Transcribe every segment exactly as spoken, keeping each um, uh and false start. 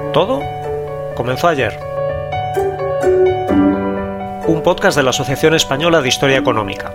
Todo comenzó ayer. Un podcast de la Asociación Española de Historia Económica.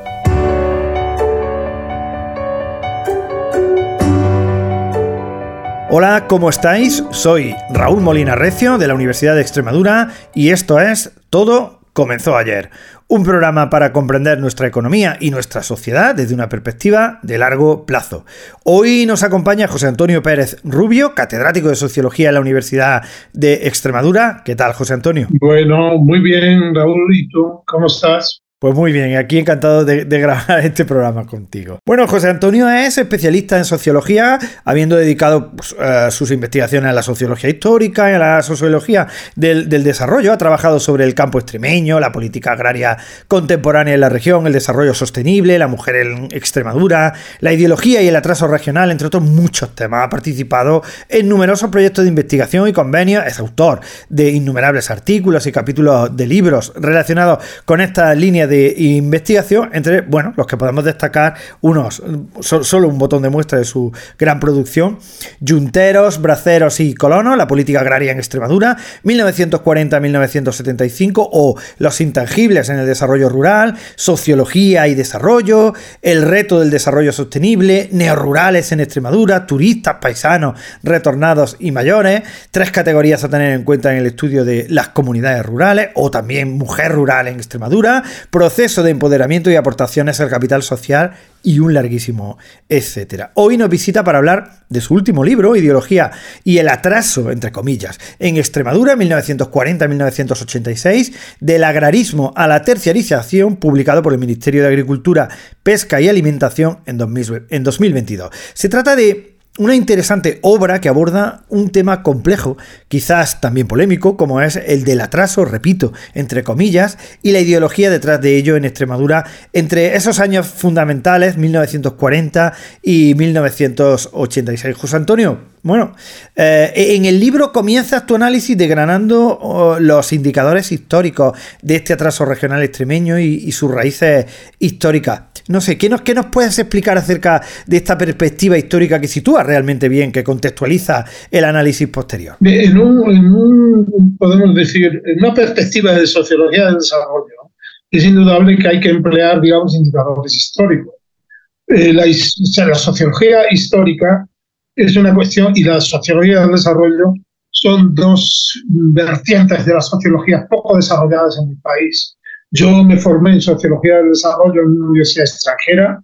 Hola, ¿cómo estáis? Soy Raúl Molina Recio de la Universidad de Extremadura y esto es Todo comenzó ayer. Un programa para comprender nuestra economía y nuestra sociedad desde una perspectiva de largo plazo. Hoy nos acompaña José Antonio Pérez Rubio, catedrático de Sociología en la Universidad de Extremadura. ¿Qué tal, José Antonio? Bueno, muy bien, Raúl. ¿Y tú? ¿Cómo estás? Pues muy bien, aquí encantado de, de grabar este programa contigo. Bueno, José Antonio es especialista en sociología, habiendo dedicado pues, uh, sus investigaciones a la sociología histórica y a la sociología del, del desarrollo. Ha trabajado sobre el campo extremeño, la política agraria contemporánea en la región, el desarrollo sostenible, la mujer en Extremadura, la ideología y el atraso regional, entre otros muchos temas. Ha participado en numerosos proyectos de investigación y convenios. Es autor de innumerables artículos y capítulos de libros relacionados con esta línea de de investigación, entre, bueno, los que podemos destacar unos, so, solo un botón de muestra de su gran producción: Yunteros, Braceros y Colonos, la política agraria en Extremadura, mil novecientos cuarenta a mil novecientos setenta y cinco, o Los intangibles en el desarrollo rural, Sociología y desarrollo, El reto del desarrollo sostenible, Neorurales en Extremadura, Turistas, paisanos, retornados y mayores, tres categorías a tener en cuenta en el estudio de las comunidades rurales, o también Mujer rural en Extremadura, Proceso de empoderamiento y aportaciones al capital social, y un larguísimo etcétera. Hoy nos visita para hablar de su último libro, Ideología y el atraso, entre comillas, en Extremadura, mil novecientos cuarenta a mil novecientos ochenta y seis, del agrarismo a la terciarización, publicado por el Ministerio de Agricultura, Pesca y Alimentación en dos mil veintidós. Se trata de una interesante obra que aborda un tema complejo, quizás también polémico, como es el del atraso, repito, entre comillas, y la ideología detrás de ello en Extremadura entre esos años fundamentales, mil novecientos cuarenta y mil novecientos ochenta y seis. José Antonio, bueno, eh, en el libro comienzas tu análisis desgranando oh, los indicadores históricos de este atraso regional extremeño y, y sus raíces históricas. No sé, ¿qué nos, ¿qué nos puedes explicar acerca de esta perspectiva histórica que sitúa realmente bien, que contextualiza el análisis posterior? En un, en un podemos decir, en una perspectiva de sociología del desarrollo, es indudable que hay que emplear, digamos, indicadores históricos. Eh, la, o sea, la sociología histórica es una cuestión, y la sociología del desarrollo son dos vertientes de la sociología poco desarrolladas en mi país. Yo me formé en Sociología del Desarrollo en una universidad extranjera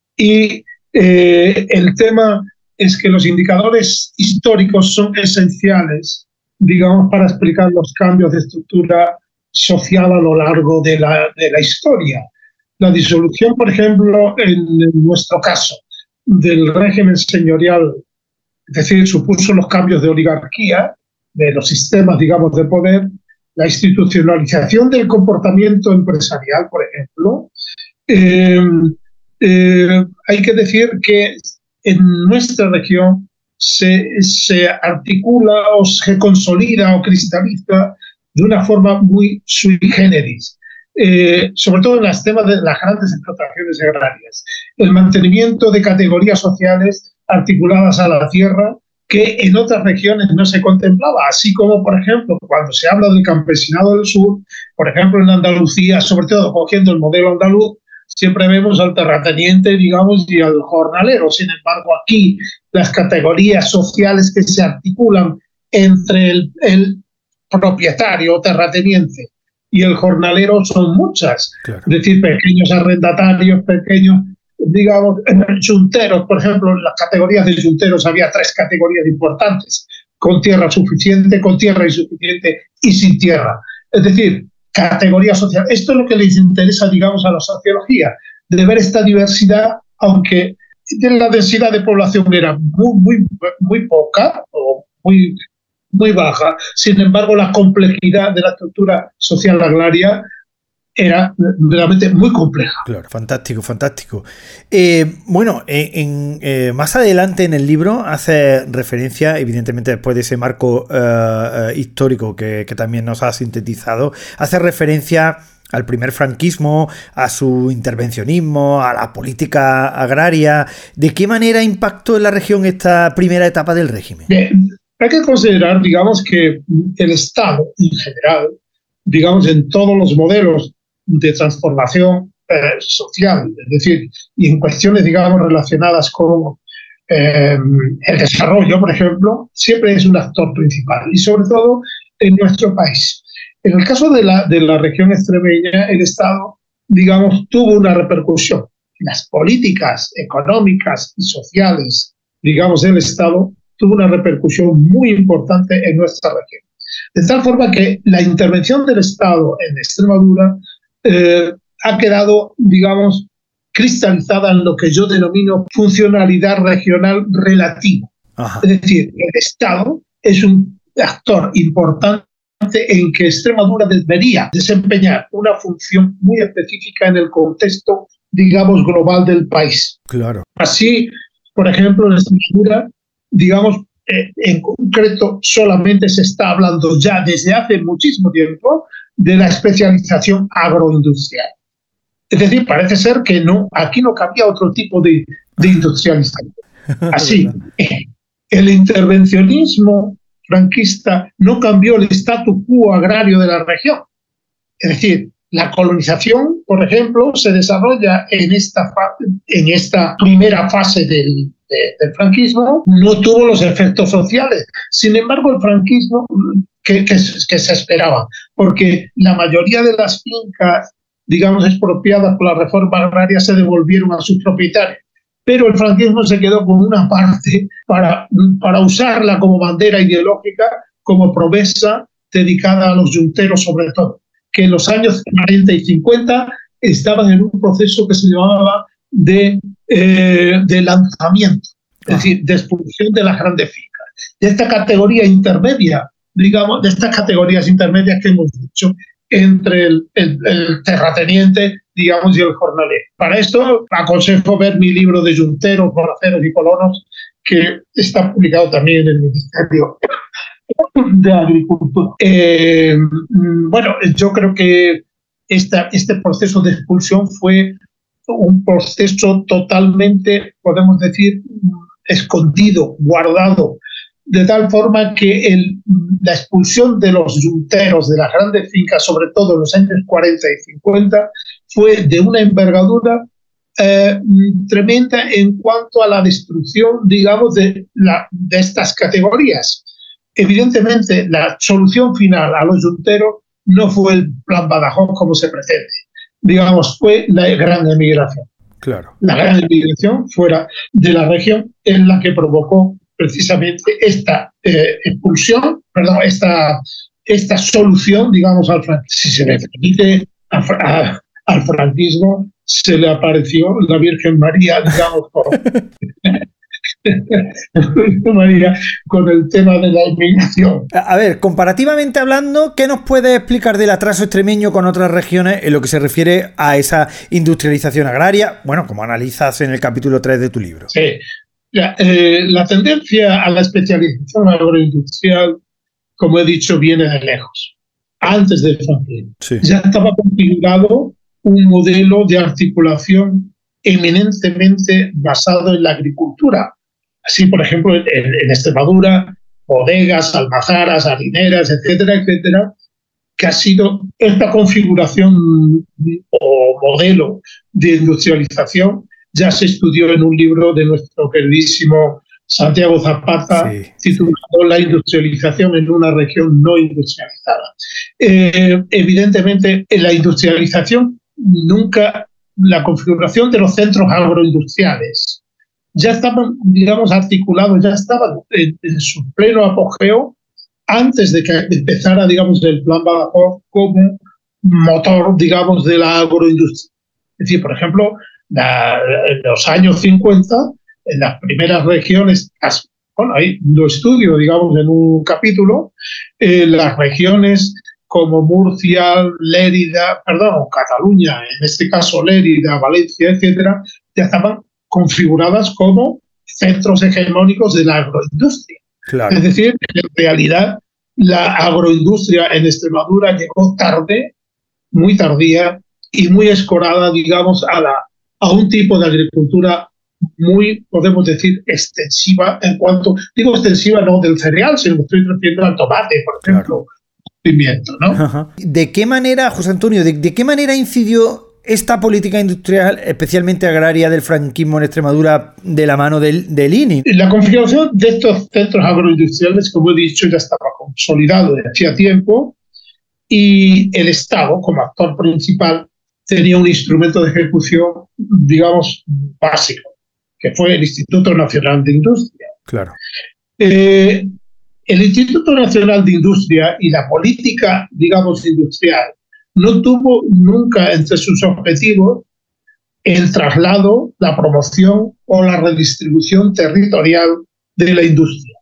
y eh, el tema es que los indicadores históricos son esenciales, digamos, para explicar los cambios de estructura social a lo largo de la, de la historia. La disolución, por ejemplo, en, en nuestro caso, del régimen señorial, es decir, supuso los cambios de oligarquía, de los sistemas, digamos, de poder, la institucionalización del comportamiento empresarial, por ejemplo. Eh, eh, hay que decir que en nuestra región se, se articula o se consolida o cristaliza de una forma muy sui generis, eh, sobre todo en los temas de las grandes explotaciones agrarias. El mantenimiento de categorías sociales articuladas a la tierra, que en otras regiones no se contemplaba, así como, por ejemplo, cuando se habla del campesinado del sur, por ejemplo, en Andalucía, sobre todo cogiendo el modelo andaluz, siempre vemos al terrateniente, digamos, y al jornalero. Sin embargo, aquí las categorías sociales que se articulan entre el, el propietario o terrateniente y el jornalero son muchas. Claro. Es decir, pequeños arrendatarios, pequeños, digamos, yunteros, por ejemplo, en las categorías de yunteros había tres categorías importantes: con tierra suficiente, con tierra insuficiente y sin tierra. Es decir, categoría social. Esto es lo que les interesa, digamos, a la sociología, de ver esta diversidad, aunque la densidad de población era muy, muy, muy poca o muy, muy baja. Sin embargo, la complejidad de la estructura social agraria era realmente muy compleja. Claro, fantástico, fantástico. Eh, bueno, en, eh, más adelante en el libro hace referencia, evidentemente después de ese marco eh, histórico que, que también nos ha sintetizado, hace referencia al primer franquismo, a su intervencionismo, a la política agraria. ¿De qué manera impactó en la región esta primera etapa del régimen? Bien, Hay que considerar, digamos, que el Estado en general, digamos, en todos los modelos de transformación eh, social, es decir, y en cuestiones, digamos, relacionadas con eh, el desarrollo, por ejemplo, siempre es un actor principal, y sobre todo en nuestro país. En el caso de la, de la región extremeña, el Estado, digamos, tuvo una repercusión. Las políticas económicas y sociales, digamos, del Estado, tuvo una repercusión muy importante en nuestra región. De tal forma que la intervención del Estado en Extremadura eh, ha quedado, digamos, cristalizada en lo que yo denomino funcionalidad regional relativa. Ajá. Es decir, el Estado es un actor importante en que Extremadura debería desempeñar una función muy específica en el contexto, digamos, global del país. Claro. Así, por ejemplo, en Extremadura, digamos, eh, en concreto, solamente se está hablando ya desde hace muchísimo tiempo de la especialización agroindustrial. Es decir, parece ser que no, aquí no cabía otro tipo de, de industrialización. Así, eh, el intervencionismo franquista no cambió el statu quo agrario de la región. Es decir, la colonización, por ejemplo, se desarrolla en esta, en esta primera fase del, de, del franquismo, no tuvo los efectos sociales. Sin embargo, el franquismo que, que, que se esperaba, porque la mayoría de las fincas, digamos, expropiadas por la reforma agraria se devolvieron a sus propietarios. Pero el franquismo se quedó con una parte para, para usarla como bandera ideológica, como promesa dedicada a los yunteros sobre todo, que en los años cuarenta y cincuenta estaban en un proceso que se llamaba de, eh, de lanzamiento, es decir, de expulsión de las grandes fincas. De esta categoría intermedia, digamos, de estas categorías intermedias que hemos dicho, entre el, el, el terrateniente, digamos, y el jornalero. Para esto aconsejo ver mi libro de yunteros, bonaceros y colonos, que está publicado también en el Ministerio de Agricultura. Eh, bueno, yo creo que esta, este proceso de expulsión fue un proceso totalmente, podemos decir, escondido, guardado, de tal forma que el, la expulsión de los yunteros de las grandes fincas, sobre todo en los años cuarenta y cincuenta, fue de una envergadura eh, tremenda en cuanto a la destrucción, digamos, de, la, de estas categorías. Evidentemente, la solución final a los yunteros no fue el plan Badajoz como se pretende. Digamos, fue la gran emigración. Claro. La gran emigración fuera de la región en la que provocó precisamente esta eh, expulsión, perdón, esta, esta solución, digamos, al franquismo. Si se le permite, a, a, al franquismo se le apareció la Virgen María, digamos, con, María, con el tema de la inmigración. A ver, comparativamente hablando, ¿qué nos puede explicar del atraso extremeño con otras regiones en lo que se refiere a esa industrialización agraria? Bueno, como analizas en el capítulo tres de tu libro. Sí. La, eh, la tendencia a la especialización agroindustrial, como he dicho, viene de lejos. Antes del franquismo. Sí. Ya estaba configurado un modelo de articulación eminentemente basado en la agricultura. Así, por ejemplo, en, en Extremadura, bodegas, almazaras, harineras, etcétera, etcétera, que ha sido esta configuración o modelo de industrialización ya se estudió en un libro de nuestro queridísimo Santiago Zapata, sí, titulado sí. La industrialización en una región no industrializada. Eh, evidentemente, en la industrialización nunca, la configuración de los centros agroindustriales ya estaban, digamos, articulados, ya estaban en, en su pleno apogeo antes de que empezara, digamos, el Plan Badajoz como motor, digamos, de la agroindustria. Es decir, por ejemplo, La, en los años cincuenta, en las primeras regiones, bueno, ahí lo estudio, digamos, en un capítulo, eh, las regiones como Murcia, Lérida, perdón, Cataluña, en este caso Lérida, Valencia, etcétera, ya estaban configuradas como centros hegemónicos de la agroindustria. Claro. Es decir, en realidad, la agroindustria en Extremadura llegó tarde, muy tardía y muy escorada, digamos, a la a un tipo de agricultura muy, podemos decir, extensiva en cuanto, digo extensiva no del cereal, sino que estoy refiriendo al tomate, por ejemplo, claro. Pimiento, ¿no? Ajá. ¿De qué manera, José Antonio, de, de qué manera incidió esta política industrial, especialmente agraria del franquismo en Extremadura, de la mano del, del I N I? La configuración de estos centros agroindustriales, como he dicho, ya estaba consolidado desde hacía tiempo, y el Estado, como actor principal, tenía un instrumento de ejecución, digamos, básico, que fue el Instituto Nacional de Industria. Claro. Eh, el Instituto Nacional de Industria y la política, digamos, industrial, no tuvo nunca entre sus objetivos el traslado, la promoción o la redistribución territorial de la industria.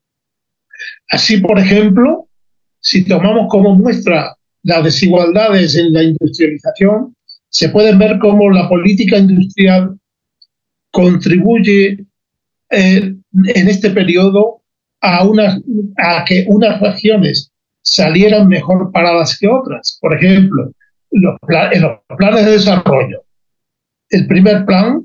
Así, por ejemplo, si tomamos como muestra las desigualdades en la industrialización, se pueden ver cómo la política industrial contribuye eh, en este periodo a, una, a que unas regiones salieran mejor paradas que otras. Por ejemplo, los en los planes de desarrollo. El primer plan,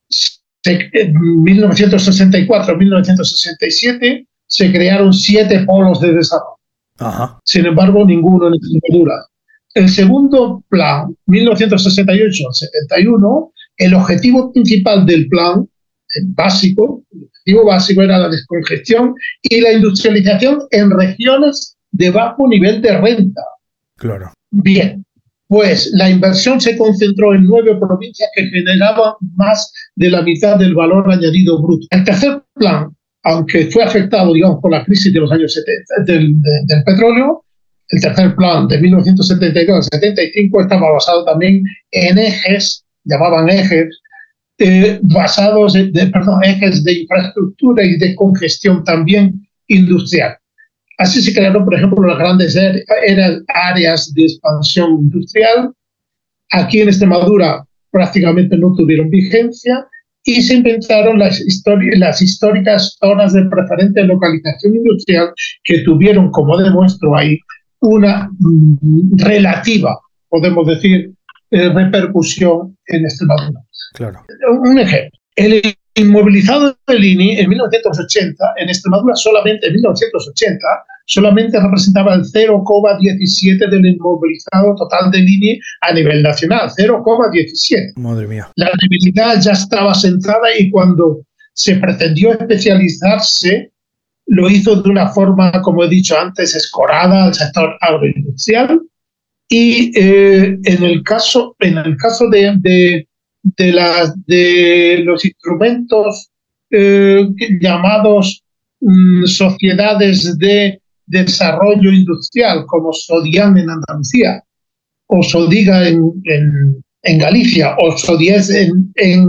en mil novecientos sesenta y cuatro a mil novecientos sesenta y siete, se crearon siete polos de desarrollo. Ajá. Sin embargo, ninguno en Extremadura. El segundo plan, mil novecientos sesenta y ocho a setenta y uno, el objetivo principal del plan, el básico, el objetivo básico era la descongestión y la industrialización en regiones de bajo nivel de renta. Claro. Bien, pues la inversión se concentró en nueve provincias que generaban más de la mitad del valor añadido bruto. El tercer plan, aunque fue afectado, digamos, por la crisis de los años setenta del, de, del petróleo, el tercer plan de mil novecientos setenta y dos a setenta y cinco estaba basado también en ejes, llamaban ejes, eh, basados en, de, perdón, ejes de infraestructura y de congestión también industrial. Así se crearon, por ejemplo, las grandes eran áreas de expansión industrial. Aquí en Extremadura prácticamente no tuvieron vigencia y se inventaron las, las históricas zonas de preferente localización industrial que tuvieron, como demuestro ahí, una mm, relativa, podemos decir, eh, repercusión en Extremadura. Claro. Un ejemplo. El inmovilizado del I N I en mil novecientos ochenta, en Extremadura solamente en mil novecientos ochenta, solamente representaba el cero coma diecisiete del inmovilizado total del I N I a nivel nacional, cero coma diecisiete. Madre mía. La debilidad ya estaba sentada y cuando se pretendió especializarse, lo hizo de una forma, como he dicho antes, escorada al sector agroindustrial. Y eh, en el caso, en el caso de, de, de, la, de los instrumentos eh, llamados mm, sociedades de desarrollo industrial, como Sodiam en Andalucía, o Sodiga en, en, en Galicia, o Sodies en, en,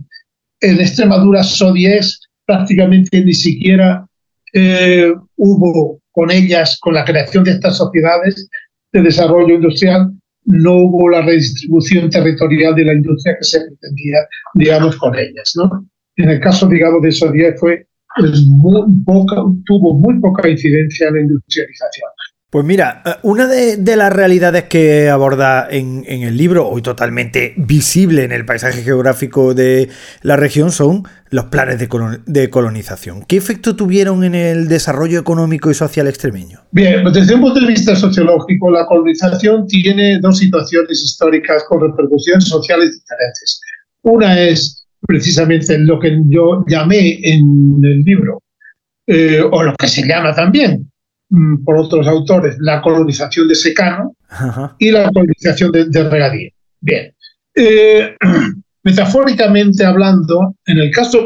en Extremadura, Sodies prácticamente ni siquiera eh, hubo con ellas, con la creación de estas sociedades de desarrollo industrial, no hubo la redistribución territorial de la industria que se pretendía, digamos, con ellas, ¿no? En el caso, digamos, de Sodies fue pues, muy poca, tuvo muy poca incidencia en la industrialización. Pues mira, una de, de las realidades que aborda en, en el libro, hoy totalmente visible en el paisaje geográfico de la región, son los planes de, colon, de colonización. ¿Qué efecto tuvieron en el desarrollo económico y social extremeño? Bien, pues desde un punto de vista sociológico, la colonización tiene dos situaciones históricas con repercusiones sociales diferentes. Una es precisamente lo que yo llamé en el libro, eh, o lo que se llama también, por otros autores, la colonización de secano. Ajá. Y la colonización de, de regadío. Bien. Eh, metafóricamente hablando, en el caso,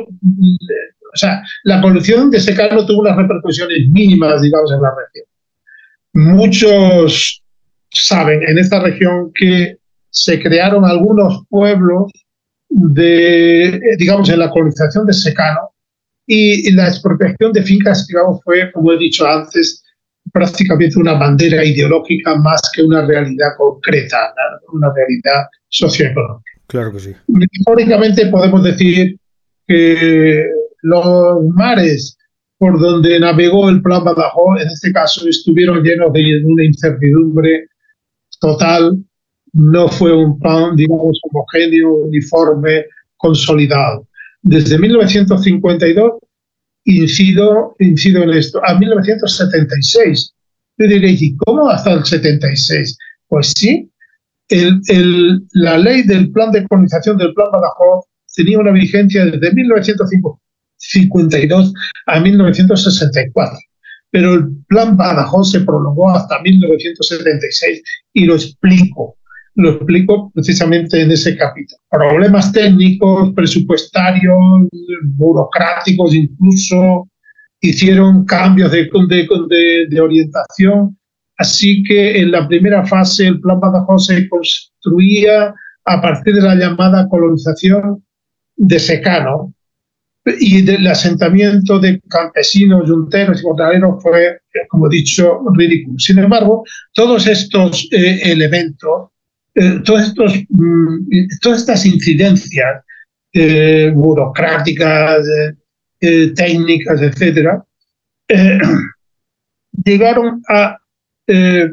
o sea, la colonización de secano tuvo unas repercusiones mínimas, digamos, en la región. Muchos saben en esta región que se crearon algunos pueblos de, digamos, en la colonización de secano y, y la expropiación de fincas, digamos, fue, como he dicho antes, prácticamente una bandera ideológica más que una realidad concreta, ¿no? Una realidad socioeconómica. Claro que sí. Metafóricamente podemos decir que los mares por donde navegó el Plan Badajoz, en este caso, estuvieron llenos de una incertidumbre total. No fue un plan, digamos, homogéneo, uniforme, consolidado. Desde mil novecientos cincuenta y dos incido, incido en esto, a mil novecientos setenta y seis. Yo diréis, ¿y cómo hasta el setenta y seis? Pues sí, el, el, la ley del plan de colonización del Plan Badajoz tenía una vigencia desde mil novecientos cincuenta y dos a mil novecientos sesenta y cuatro. Pero el Plan Badajoz se prolongó hasta mil novecientos setenta y seis y lo explico. Lo explico precisamente en ese capítulo. Problemas técnicos, presupuestarios, burocráticos incluso, hicieron cambios de, de, de, de orientación. Así que en la primera fase el Plan Badajoz se construía a partir de la llamada colonización de secano, y del asentamiento de campesinos, yunteros y jornaleros fue, como he dicho, ridículo. Sin embargo, todos estos eh, elementos, eh, todos estos, mm, todas estas incidencias eh, burocráticas, eh, eh, técnicas, etcétera, eh, llegaron a, eh,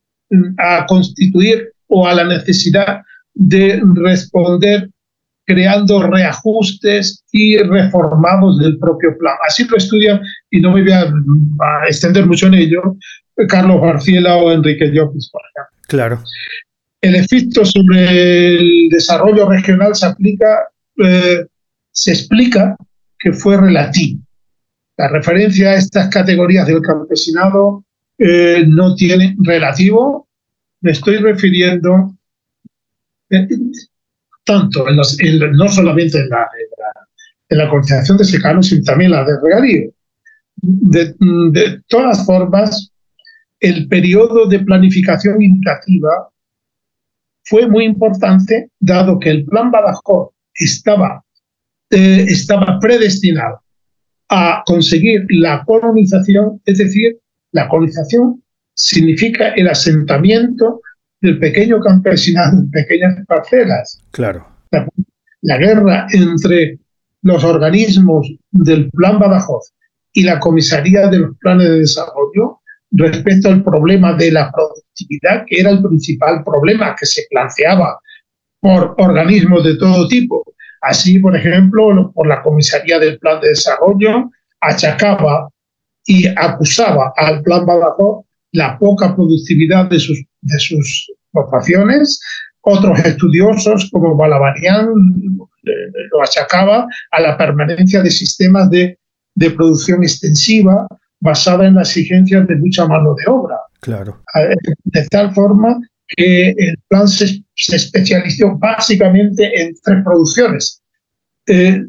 a constituir o a la necesidad de responder creando reajustes y reformados del propio plan. Así lo estudian, y no me voy a, a extender mucho en ello, Carlos Barciela o Enrique Llopis, por ejemplo. Claro. El efecto sobre el desarrollo regional se aplica, eh, se explica que fue relativo. La referencia a estas categorías del campesinado eh, no tiene relativo. Me estoy refiriendo eh, tanto en los, en, no solamente en la, en la, en la colonización de secano, sino también la de regadío. De, de todas formas, el periodo de planificación indicativa fue muy importante, dado que el Plan Badajoz estaba, eh, estaba predestinado a conseguir la colonización, es decir, la colonización significa el asentamiento del pequeño campesinado en pequeñas parcelas. Claro. La, la guerra entre los organismos del Plan Badajoz y la Comisaría de los Planes de Desarrollo respecto al problema de la productividad, que era el principal problema que se planteaba por organismos de todo tipo. Así, por ejemplo, por la Comisaría del Plan de Desarrollo achacaba y acusaba al Plan Badajoz la poca productividad de sus, de sus poblaciones. Otros estudiosos, como Balavarián, lo achacaba a la permanencia de sistemas de, de producción extensiva basada en las exigencias de mucha mano de obra. Claro. De tal forma que el plan se, se especializó básicamente en tres producciones: eh,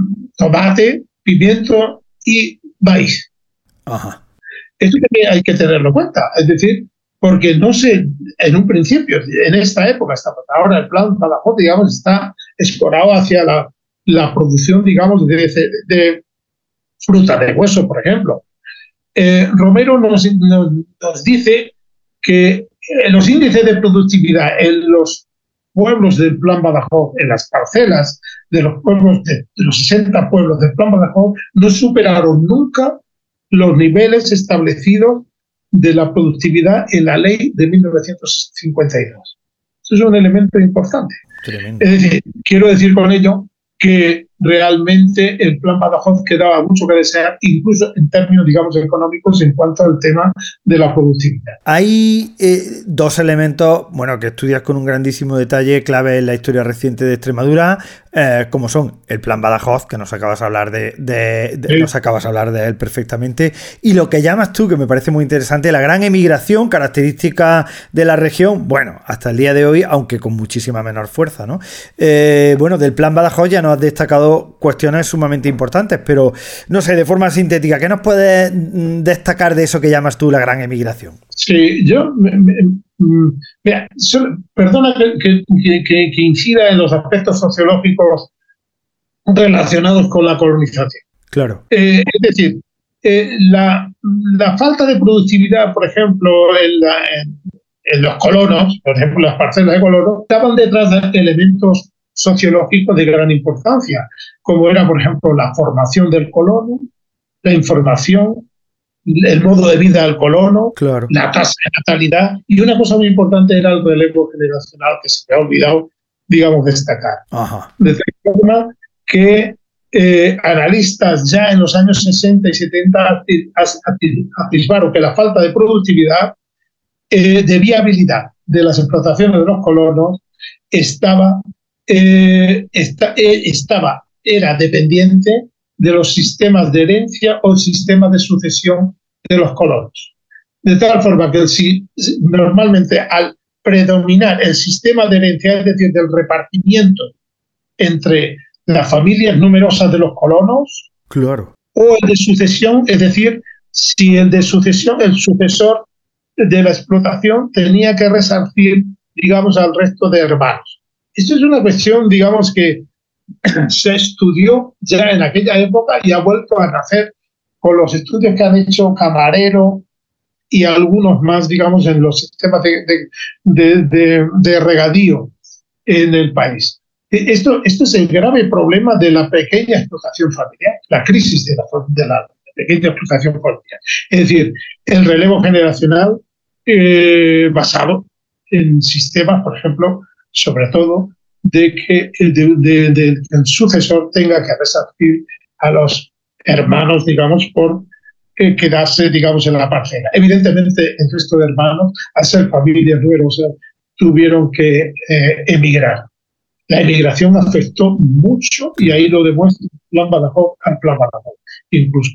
tomate, pimiento y maíz. Ajá. Esto también hay que tenerlo en cuenta, es decir, porque no sé, en un principio, en esta época, hasta ahora el Plan Badajoz, digamos, está escorado hacia la, la producción, digamos, de, de, de fruta de hueso, por ejemplo. Eh, Romero nos, nos, nos dice que eh, los índices de productividad en los pueblos del Plan Badajoz, en las parcelas de los pueblos de, de los sesenta pueblos del Plan Badajoz, no superaron nunca los niveles establecidos de la productividad en la ley de mil novecientos cincuenta y dos. Eso es un elemento importante. Tremendo. Es decir, quiero decir con ello que realmente el Plan Badajoz quedaba mucho que desear, incluso en términos, digamos, económicos, en cuanto al tema de la productividad. Hay eh, dos elementos, bueno, que estudias con un grandísimo detalle, clave en la historia reciente de Extremadura, eh, como son el Plan Badajoz, que nos acabas de hablar de, de, de sí. nos acabas de hablar de él perfectamente, y lo que llamas tú, que me parece muy interesante, la gran emigración, característica de la región, bueno, hasta el día de hoy, aunque con muchísima menor fuerza, ¿no? Eh, bueno, del Plan Badajoz ya nos has destacado cuestiones sumamente importantes, pero no sé, de forma sintética, ¿qué nos puedes destacar de eso que llamas tú la gran emigración? Sí, yo, me, me, mira, solo, perdona que, que, que, que incida en los aspectos sociológicos relacionados con la colonización. Claro. Eh, es decir, eh, la, la falta de productividad, por ejemplo, en, la, en, en los colonos, por ejemplo, las parcelas de colonos, estaban detrás de elementos sociológicos de gran importancia, como era, por ejemplo, la formación del colono, la información, el modo de vida del colono, claro. La tasa de natalidad, y una cosa muy importante era el relevo generacional, que se me ha olvidado, digamos, destacar. Ajá. De tal forma que eh, analistas ya en los años sesenta y setenta atisbaron que la falta de productividad, eh, de viabilidad de las explotaciones de los colonos estaba, eh, esta, eh, estaba, era dependiente de los sistemas de herencia o el sistema de sucesión de los colonos. De tal forma que si, normalmente al predominar el sistema de herencia, es decir, del repartimiento entre las familias numerosas de los colonos, claro, o el de sucesión, es decir, si el de sucesión, el sucesor de la explotación tenía que resarcir, digamos, al resto de hermanos. Esto es una cuestión, digamos, que se estudió ya en aquella época y ha vuelto a nacer con los estudios que han hecho Camarero y algunos más, digamos, en los sistemas de, de, de, de, de regadío en el país. Esto, esto es el grave problema de la pequeña explotación familiar, la crisis de la, de la pequeña explotación familiar. Es decir, el relevo generacional eh, basado en sistemas, por ejemplo, sobre todo, de que el, de, de, de, el sucesor tenga que resarcir a los hermanos, digamos, por eh, quedarse, digamos, en la parcela. Evidentemente, el resto de hermanos, al ser familias numerosas, tuvieron que eh, emigrar. La emigración afectó mucho y ahí lo demuestra el Plan Badajoz, el Plan Badajoz, incluso.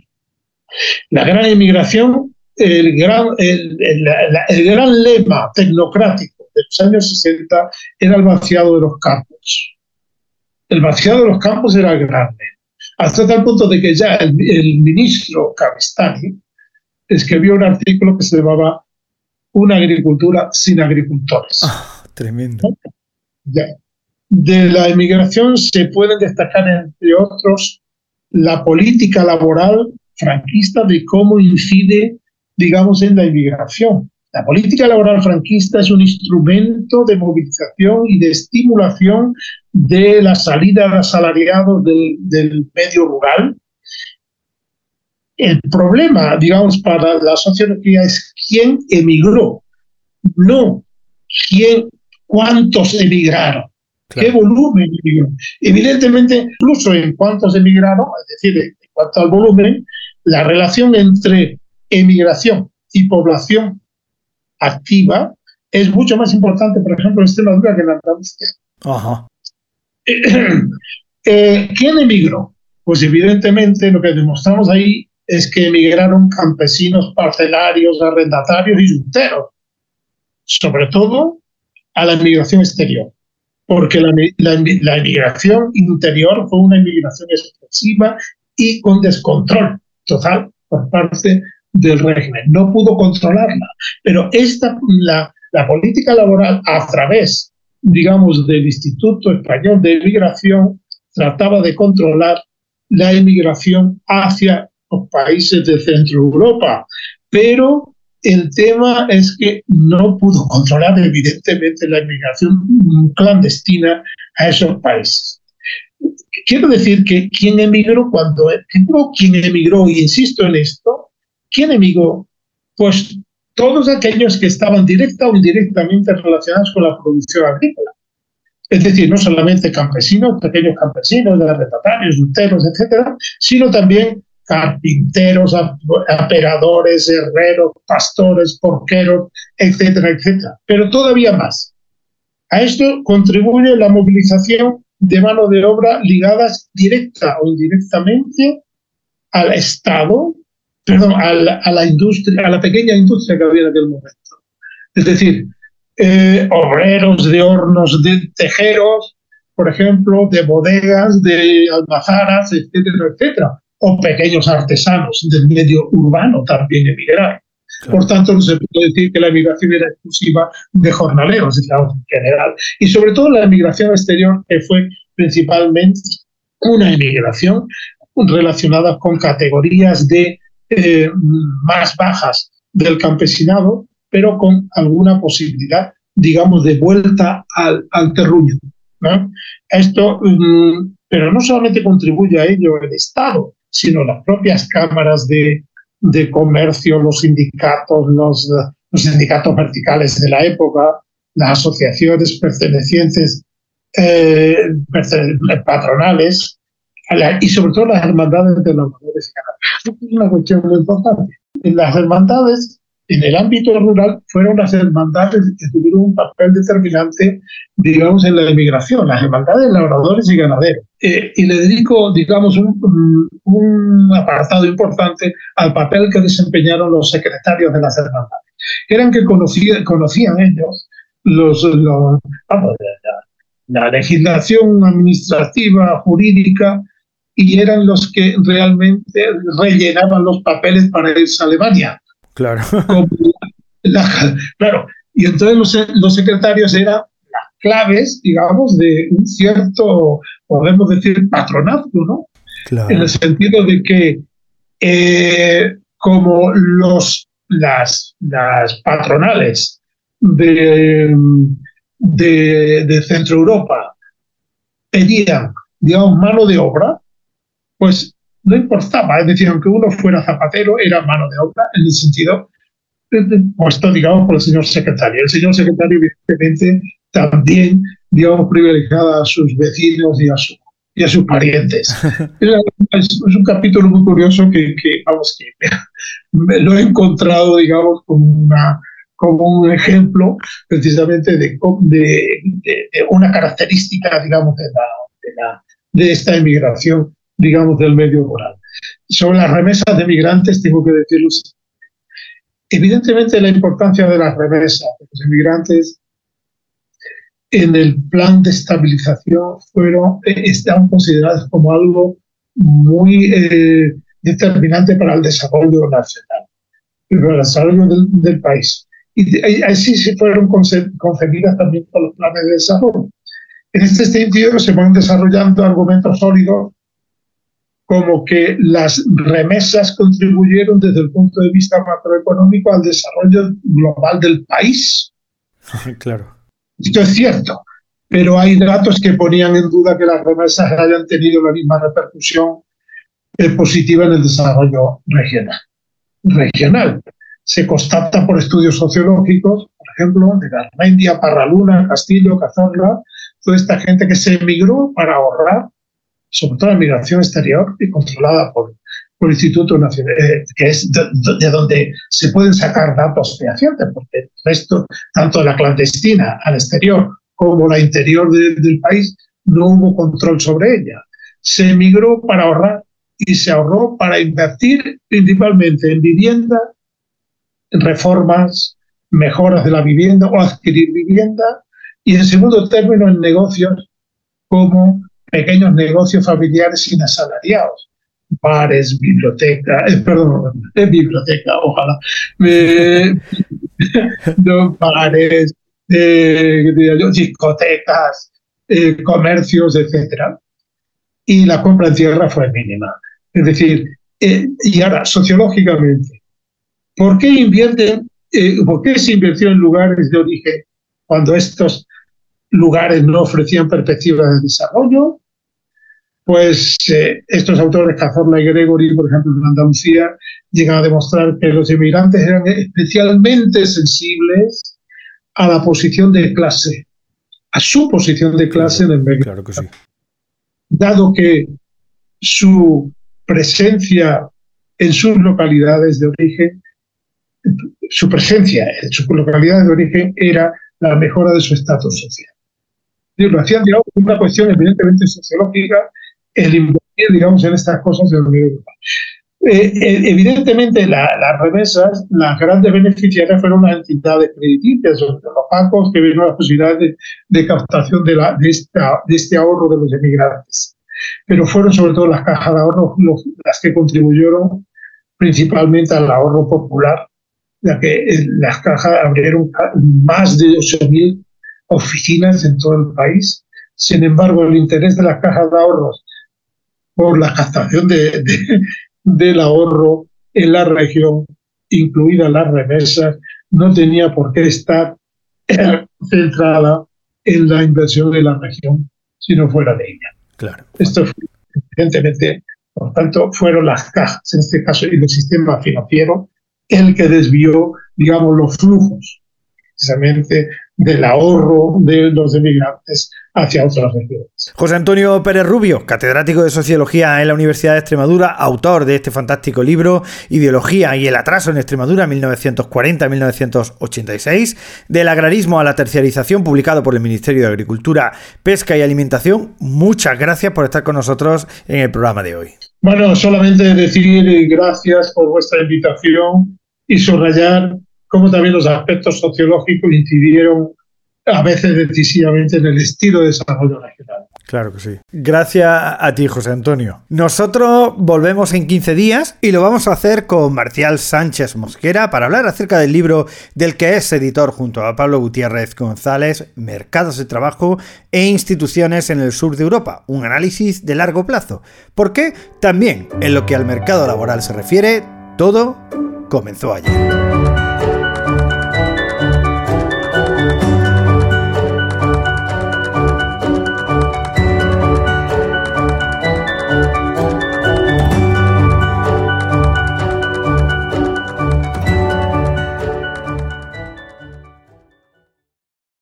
La gran emigración, el gran, el, el, el, el gran lema tecnocrático de los años sesenta era el vaciado de los campos. El vaciado de los campos era el gran lema. Hasta tal punto de que ya el, el ministro Cavestany escribió un artículo que se llamaba Una agricultura sin agricultores. Ah, tremendo. Ya. De la emigración se pueden destacar, entre otros, la política laboral franquista de cómo incide, digamos, en la inmigración. La política laboral franquista es un instrumento de movilización y de estimulación de la salida de asalariados del, del medio rural. El problema, digamos, para la sociología es quién emigró, no quién, cuántos emigraron. Claro. ¿Qué volumen emigró? Evidentemente, incluso en cuántos emigraron, es decir, en cuanto al volumen, la relación entre emigración y población activa es mucho más importante, por ejemplo, en Extremadura que en Andalucía. Ajá. Eh, ¿Quién emigró? Pues evidentemente lo que demostramos ahí es que emigraron campesinos, parcelarios, arrendatarios y yunteros, sobre todo a la emigración exterior. Porque la, la, la emigración interior fue una emigración explosiva y con descontrol total por parte del régimen. No pudo controlarla, pero esta, la, la política laboral a través, digamos, del Instituto Español de Emigración trataba de controlar la emigración hacia los países de Centro Europa, pero el tema es que no pudo controlar evidentemente la emigración clandestina a esos países. Quiero decir que quien emigró, cuando emigró, quien emigró, y insisto en esto, ¿quién emigró? Pues todos aquellos que estaban directa o indirectamente relacionados con la producción agrícola. Es decir, no solamente campesinos, pequeños campesinos, arrendatarios, yunteros, etcétera, sino también carpinteros, aperadores, herreros, pastores, porqueros, etcétera, etcétera. Pero todavía más. A esto contribuye la movilización de mano de obra ligadas directa o indirectamente al Estado, perdón, a la, a la industria, a la pequeña industria que había en aquel momento. Es decir, eh, obreros de hornos de tejeros, por ejemplo, de bodegas, de almazaras, etcétera, etcétera. O pequeños artesanos del medio urbano también emigraron. Claro. Por tanto, no se puede decir que la emigración era exclusiva de jornaleros, digamos, en general. Y sobre todo la emigración exterior, que fue principalmente una emigración relacionada con categorías de eh, más bajas del campesinado, pero con alguna posibilidad, digamos, de vuelta al, al terruño, ¿no? Esto, um, pero no solamente contribuye a ello el Estado, sino las propias cámaras de, de comercio, los sindicatos, los, los sindicatos verticales de la época, las asociaciones pertenecientes, eh, patronales, a la, y sobre todo las hermandades de labradores y ganaderos. Esto es una cuestión muy importante. Las hermandades en el ámbito rural fueron las hermandades que tuvieron un papel determinante, digamos, en la emigración, las hermandades de labradores y ganaderos. Eh, y le dedico, digamos, un, un apartado importante al papel que desempeñaron los secretarios de las hermandades. Eran que conocían, conocían ellos los, los, vamos, la, la legislación administrativa, jurídica, y eran los que realmente rellenaban los papeles para irse a Alemania. Claro. La, claro. Y entonces los, los secretarios eran las claves, digamos, de un cierto, podemos decir, patronazgo, ¿no? Claro. En el sentido de que eh, como los, las, las patronales de, de, de Centro Europa pedían, digamos, mano de obra, pues no importaba, es decir, aunque uno fuera zapatero, era mano de obra en el sentido puesto, digamos, por el señor secretario. El señor secretario, evidentemente, también, digamos, privilegiaba a sus vecinos y a, su, y a sus parientes. Es, es un capítulo muy curioso que, que vamos, que me lo he encontrado, digamos, como, una, como un ejemplo precisamente de, de, de, de una característica, digamos, de, la, de, la, de esta emigración, digamos, del medio rural. Sobre las remesas de migrantes tengo que decirlo. Evidentemente la importancia de las remesas de los inmigrantes en el plan de estabilización fueron, están consideradas como algo muy eh, determinante para el desarrollo nacional, para el desarrollo del, del país. Y así se fueron concebidas también por los planes de desarrollo. En este sentido se van desarrollando argumentos sólidos como que las remesas contribuyeron desde el punto de vista macroeconómico al desarrollo global del país. Claro. Esto es cierto, pero hay datos que ponían en duda que las remesas hayan tenido la misma repercusión eh, positiva en el desarrollo regional. regional. Se constata por estudios sociológicos, por ejemplo, de Garmendia, Parraluna, Castillo, Cazorla, toda esta gente que se emigró para ahorrar, sobre todo la migración exterior y controlada por, por el Instituto Nacional, eh, que es de, de donde se pueden sacar datos fehacientes, porque el resto, tanto de la clandestina al exterior como la interior de, del país, no hubo control sobre ella. Se emigró para ahorrar y se ahorró para invertir principalmente en vivienda, en reformas, mejoras de la vivienda o adquirir vivienda, y en segundo término en negocios como pequeños negocios familiares sin asalariados, bares, bibliotecas, eh, perdón, eh, biblioteca, ojalá, eh, no, bares, eh, discotecas, eh, comercios, etcétera. Y la compra en tierra fue mínima. Es decir, eh, y ahora, sociológicamente, ¿por qué invierten, eh, por qué se invirtió en lugares de origen cuando estos lugares no ofrecían perspectivas de desarrollo? Pues eh, estos autores, Cazorla y Gregory, por ejemplo, en Andalucía, llegan a demostrar que los inmigrantes eran especialmente sensibles a la posición de clase, a su posición de clase en el medio. Claro que sí. Dado que su presencia en sus localidades de origen, su presencia en sus localidades de origen era la mejora de su estatus social. Y lo hacían, digamos, una cuestión evidentemente sociológica, el invertir, digamos, en estas cosas en el medio rural. Eh, eh, evidentemente, la, las remesas, las grandes beneficiarias fueron las entidades crediticias, los bancos que vieron las posibilidades de, de captación de, la, de, esta, de este ahorro de los emigrantes. Pero fueron sobre todo las cajas de ahorro los, las que contribuyeron principalmente al ahorro popular, ya que eh, las cajas abrieron más de ocho mil oficinas en todo el país. Sin embargo, el interés de las cajas de ahorros por la captación de, de, del ahorro en la región, incluidas las remesas, no tenía por qué estar centrada en la inversión de la región, sino fuera de ella. Claro. Esto fue, evidentemente, por tanto, fueron las cajas, en este caso, y el sistema financiero, el que desvió, digamos, los flujos, precisamente, del ahorro de los emigrantes hacia otras regiones. José Antonio Pérez Rubio, catedrático de Sociología en la Universidad de Extremadura, autor de este fantástico libro Ideología y el atraso en Extremadura mil novecientos cuarenta a mil novecientos ochenta y seis, del agrarismo a la terciarización, publicado por el Ministerio de Agricultura, Pesca y Alimentación. Muchas gracias por estar con nosotros en el programa de hoy. Bueno, solamente decir gracias por vuestra invitación y subrayar cómo también los aspectos sociológicos incidieron a veces decisivamente en el estilo de desarrollo regional. Claro que sí. Gracias a ti, José Antonio. Nosotros volvemos en quince días y lo vamos a hacer con Marcial Sánchez Mosquera para hablar acerca del libro del que es editor junto a Pablo Gutiérrez González, Mercados de Trabajo e Instituciones en el Sur de Europa, un análisis de largo plazo. Porque también en lo que al mercado laboral se refiere, todo comenzó ayer.